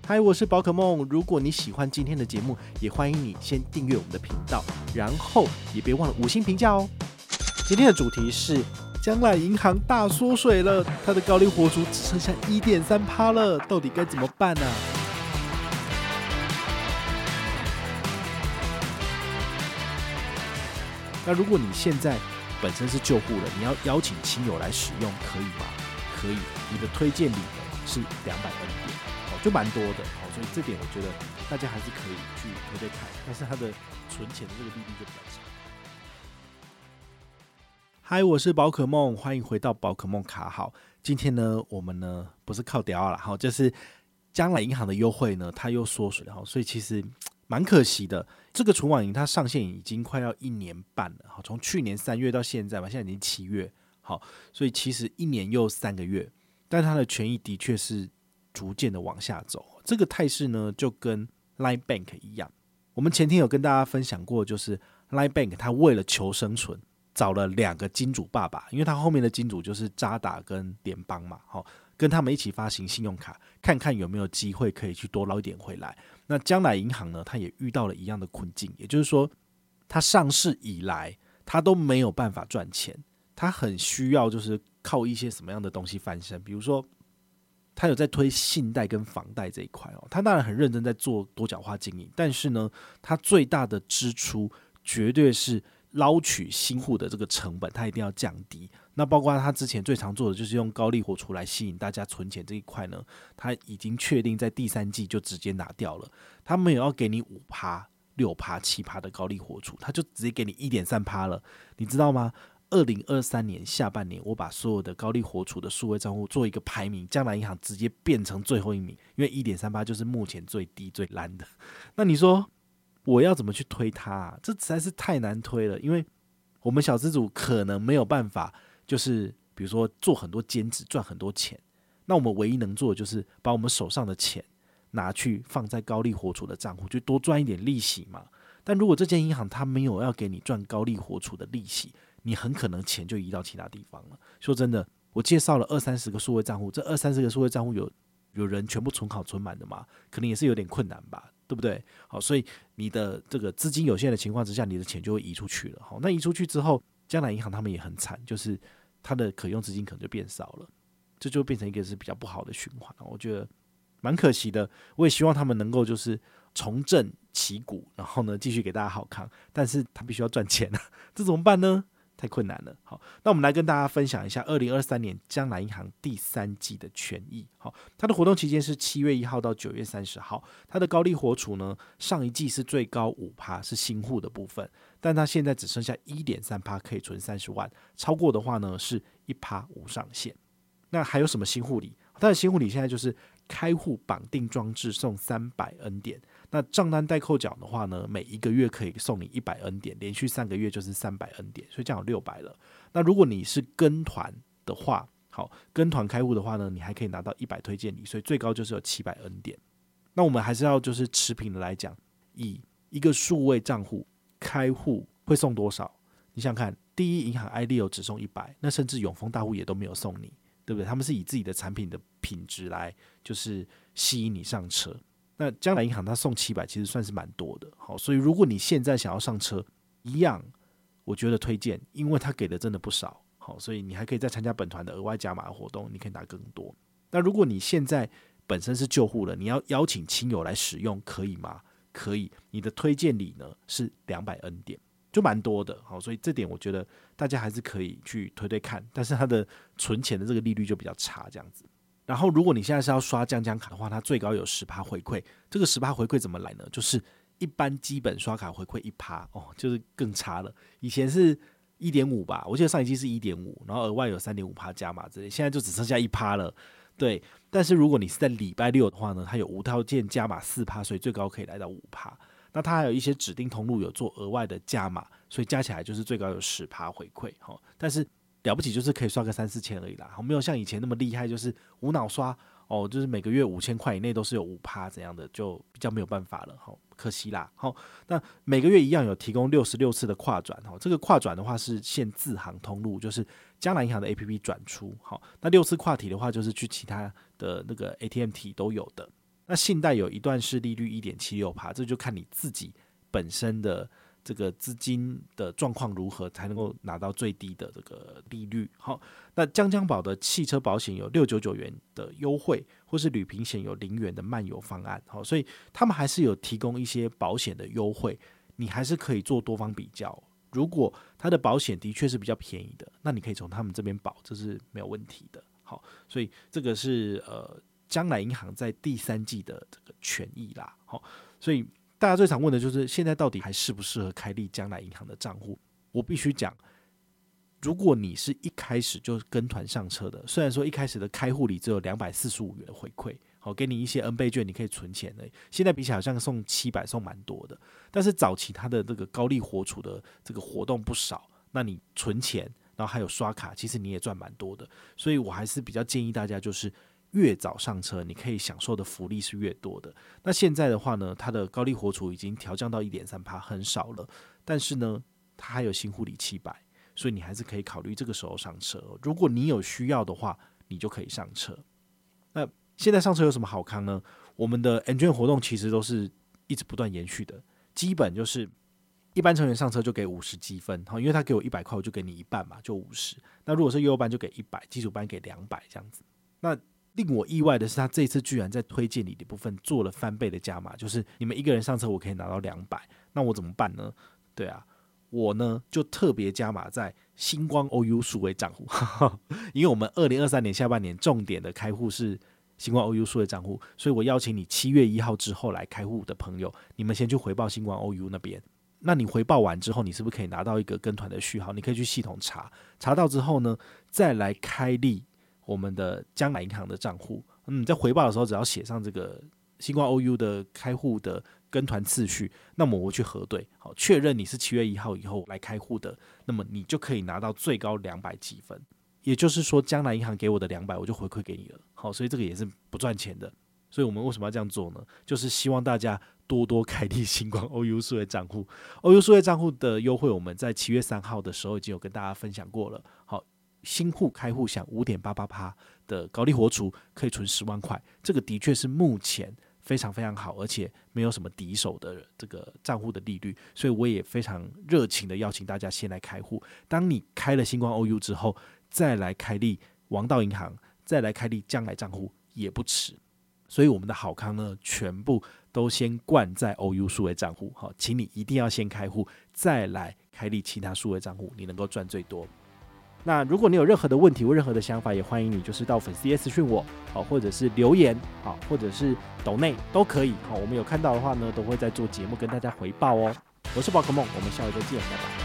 嗨，我是宝可梦。如果你喜欢今天的节目，也欢迎你先订阅我们的频道，然后也别忘了5星评价哦。今天的主题是将来银行大缩水了，它的高利活储只剩下 1.3% 了，到底该怎么办啊？那如果你现在本身是救护了，你要邀请亲友来使用，可以吗？可以，你的推荐礼呢是200恩典，就蛮多的，所以这点我觉得大家还是可以去推推看，但是它的存钱的这个利率就比较差。嗨，我是宝可梦，欢迎回到宝可梦卡好。今天呢，我们呢不是靠屌啦，就是将来银行的优惠呢，它又缩水了，所以其实蛮可惜的。这个储网银它上线已经快要1年半了，从去年3月到现在嘛，现在已经7月，所以其实1年又3个月，但它的权益的确是逐渐的往下走。这个态势呢，就跟 Line Bank 一样。我们前天有跟大家分享过，就是 Line Bank 它为了求生存，找了2个金主爸爸，因为它后面的金主就是渣打跟联邦嘛，跟他们一起发行信用卡，看看有没有机会可以去多捞一点回来。那将来银行呢，它也遇到了一样的困境，也就是说，它上市以来，它都没有办法赚钱，它很需要就是靠一些什么样的东西翻身，比如说，他有在推信贷跟房贷这一块他当然很认真在做多角化经营，但是呢，他最大的支出绝对是捞取新户的这个成本，他一定要降低。那包括他之前最常做的就是用高利活储来吸引大家存钱这一块呢，他已经确定在第3季就直接拿掉了。他没有要给你5%、6%、7%的高利活储，他就直接给你 1.3% 了。你知道吗？2023年下半年，我把所有的高利活储的数位账户做一个排名，将来银行直接变成最后1名，因为 1.38 就是目前最低最烂的。那你说我要怎么去推它啊？这实在是太难推了，因为我们小资主可能没有办法，就是比如说做很多兼职赚很多钱，那我们唯一能做的就是把我们手上的钱拿去放在高利活储的账户，就多赚一点利息嘛。但如果这间银行它没有要给你赚高利活储的利息，你很可能钱就移到其他地方了。说真的，我介绍了20-30个数位账户，这20-30个数位账户有人全部存好存满的吗？可能也是有点困难吧，对不对？好，所以你的这个资金有限的情况之下，你的钱就会移出去了。好，那移出去之后，将来银行他们也很惨，就是它的可用资金可能就变少了，这就变成一个是比较不好的循环。我觉得蛮可惜的，我也希望他们能够就是重振旗鼓，然后呢继续给大家好康，但是他必须要赚钱啊，这怎么办呢？太困难了。好，那我们来跟大家分享一下2023年将来银行第3季的权益。好，它的活动期间是7月1号到9月30号。它的高利活储呢，上一季是最高 5%， 是新户的部分，但它现在只剩下 1.3% 可以存30万，超过的话呢是 1% 无上限。那还有什么新户礼？它的新户礼现在就是开户绑定装置送300恩典，那账单代扣缴的话呢，每1个月可以送你100恩典，连续3个月就是300恩典，所以这样有600了。那如果你是跟团的话，好，跟团开户的话呢，你还可以拿到100推荐礼，所以最高就是有700恩典。那我们还是要就是持平的来讲，以一个数位账户开户会送多少？你想想看，第一银行 iLeo 只送100，那甚至永丰大户也都没有送你，对不对？他们是以自己的产品的品质来就是吸引你上车。那将来银行它送700其实算是蛮多的，好，所以如果你现在想要上车，一样我觉得推荐，因为它给的真的不少，好，所以你还可以再参加本团的额外加码活动，你可以拿更多。那如果你现在本身是旧户了，你要邀请亲友来使用，可以吗？可以，你的推荐礼呢是200恩典，就蛮多的，好，所以这点我觉得大家还是可以去推推看，但是它的存钱的这个利率就比较差，这样子。然后如果你现在是要刷将将卡的话，它最高有 10% 回馈，这个 10% 回馈怎么来呢？就是一般基本刷卡回馈 1%，就是更差了。以前是 1.5 吧，我记得上一季是 1.5， 然后额外有 3.5% 加码之类，现在就只剩下 1% 了。对，但是如果你是在礼拜六的话呢，它有无条件加码 4%， 所以最高可以来到 5%。那它还有一些指定通路有做额外的加码，所以加起来就是最高有 10% 回馈。但是了不起就是可以刷个3-4千而已啦，没有像以前那么厉害，就是无脑刷就是每个月5000块以内都是有 5% 怎样的，就比较没有办法了，可惜啦。那每个月一样有提供66次的跨转，这个跨转的话是限自行通路，就是将来银行的 APP 转出，那6次跨体的话就是去其他的那个 ATM 体都有的。 那信贷有一段式利率 1.76%， 这就看你自己本身的这个资金的状况如何，才能够拿到最低的这个利率。好，那江保的汽车保险有699元的优惠，或是旅平险有0元的漫游方案。好，所以他们还是有提供一些保险的优惠，你还是可以做多方比较。如果他的保险的确是比较便宜的，那你可以从他们这边保，这是没有问题的。好，所以这个是将来银行在第3季的这个权益啦。好，所以大家最常问的就是现在到底还适不适合开立将来银行的账户？我必须讲，如果你是一开始就跟团上车的，虽然说一开始的开户里只有245元的回馈，好，给你一些 N 倍券，你可以存钱的。现在比起来好像送700，送蛮多的。但是早期它的这个高利活储的这个活动不少，那你存钱，然后还有刷卡，其实你也赚蛮多的。所以我还是比较建议大家，就是越早上车，你可以享受的福利是越多的。那现在的话呢，它的高利活储已经调降到 1.3%， 很少了。但是呢，它还有新户里700，所以你还是可以考虑这个时候上车。如果你有需要的话，你就可以上车。那现在上车有什么好康呢？我们的 N 券活动其实都是一直不断延续的，基本就是一般成员上车就给50积分，因为他给我100块，我就给你一半嘛，就50。那如果是幼幼班就给100，基础班给200这样子。那令我意外的是，他这一次居然在推荐礼的部分做了翻倍的加码，就是你们一个人上车，我可以拿到200。那我怎么办呢？对啊，我呢就特别加码在星光 OU 数位账户，因为我们2023年下半年重点的开户是星光 OU 数位账户，所以我邀请你7月1号之后来开户的朋友，你们先去回报星光 OU 那边。那你回报完之后，你是不是可以拿到一个跟团的序号？你可以去系统查到之后呢，再来开立我们的将来银行的账户。在回报的时候，只要写上这个星光 OU 的开户的跟团次序，那么我会去核对，好，确认你是7月1号以后来开户的，那么你就可以拿到最高200积分。也就是说，将来银行给我的200，我就回馈给你了。好，所以这个也是不赚钱的。所以我们为什么要这样做呢？就是希望大家多多开立星光 OU 数位账户。OU 数位账户的优惠，我们在7月3号的时候已经有跟大家分享过了。好，新户开户享 5.88% 的高利活储，可以存10万块，这个的确是目前非常非常好，而且没有什么敌手的这个账户的利率，所以我也非常热情的邀请大家先来开户。当你开了星光 OU 之后，再来开立王道银行，再来开立将来账户也不迟。所以我们的好康呢，全部都先灌在 OU 数位账户，好，请你一定要先开户，再来开立其他数位账户，你能够赚最多。那如果你有任何的问题或任何的想法，也欢迎你就是到粉丝页私讯我，好，或者是留言，好，或者是抖内都可以，好，我们有看到的话呢，都会在做节目跟大家回报哦。我是宝可梦，我们下回再见，拜拜。